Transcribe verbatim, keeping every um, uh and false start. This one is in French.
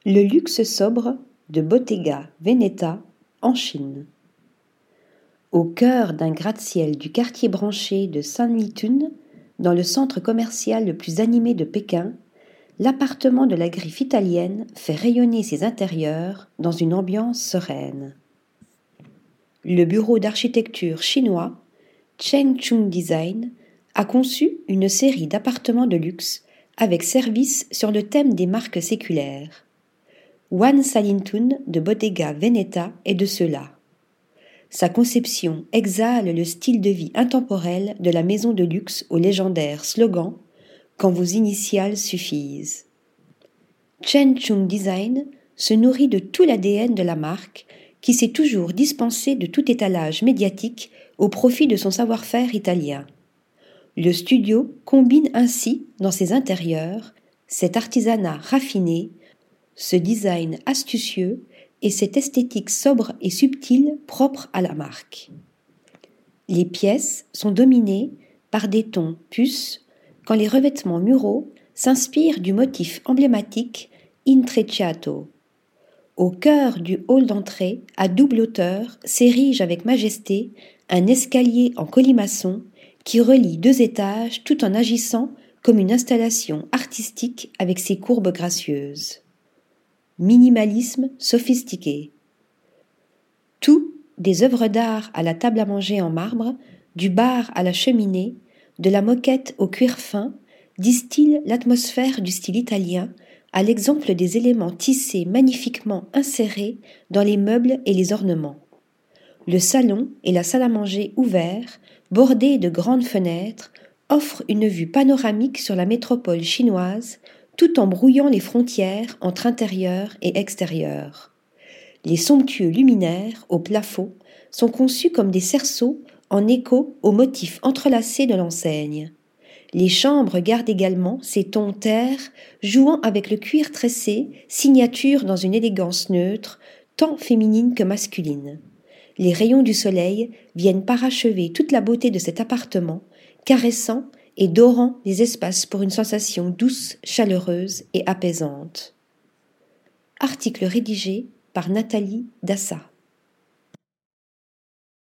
Le luxe sobre de Bottega Veneta en Chine. Au cœur d'un gratte-ciel du quartier branché de Sanlitun, dans le centre commercial le plus animé de Pékin, l'appartement de la griffe italienne fait rayonner ses intérieurs dans une ambiance sereine. Le bureau d'architecture chinois Cheng Chung Design a conçu une série d'appartements de luxe avec service sur le thème des marques séculaires. One Sanlitun de Bottega Veneta est de ceux-là. Sa conception exhale le style de vie intemporel de la maison de luxe au légendaire slogan « Quand vos initiales suffisent ». Cheng Chung Design se nourrit de tout l'A D N de la marque qui s'est toujours dispensée de tout étalage médiatique au profit de son savoir-faire italien. Le studio combine ainsi dans ses intérieurs cet artisanat raffiné, ce design astucieux et cette esthétique sobre et subtile propre à la marque. Les pièces sont dominées par des tons puces quand les revêtements muraux s'inspirent du motif emblématique intrecciato. Au cœur du hall d'entrée, à double hauteur, s'érige avec majesté un escalier en colimaçon qui relie deux étages tout en agissant comme une installation artistique avec ses courbes gracieuses. Minimalisme sophistiqué. Tout, des œuvres d'art à la table à manger en marbre, du bar à la cheminée, de la moquette au cuir fin, distille l'atmosphère du style italien, à l'exemple des éléments tissés magnifiquement insérés dans les meubles et les ornements. Le salon et la salle à manger ouverts, bordés de grandes fenêtres, offrent une vue panoramique sur la métropole chinoise, tout en brouillant les frontières entre intérieur et extérieur. Les somptueux luminaires, au plafond, sont conçus comme des cerceaux en écho aux motifs entrelacés de l'enseigne. Les chambres gardent également ces tons terre, jouant avec le cuir tressé, signature dans une élégance neutre, tant féminine que masculine. Les rayons du soleil viennent parachever toute la beauté de cet appartement, caressant et dorant les espaces pour une sensation douce, chaleureuse et apaisante. Article rédigé par Nathalie Dassa.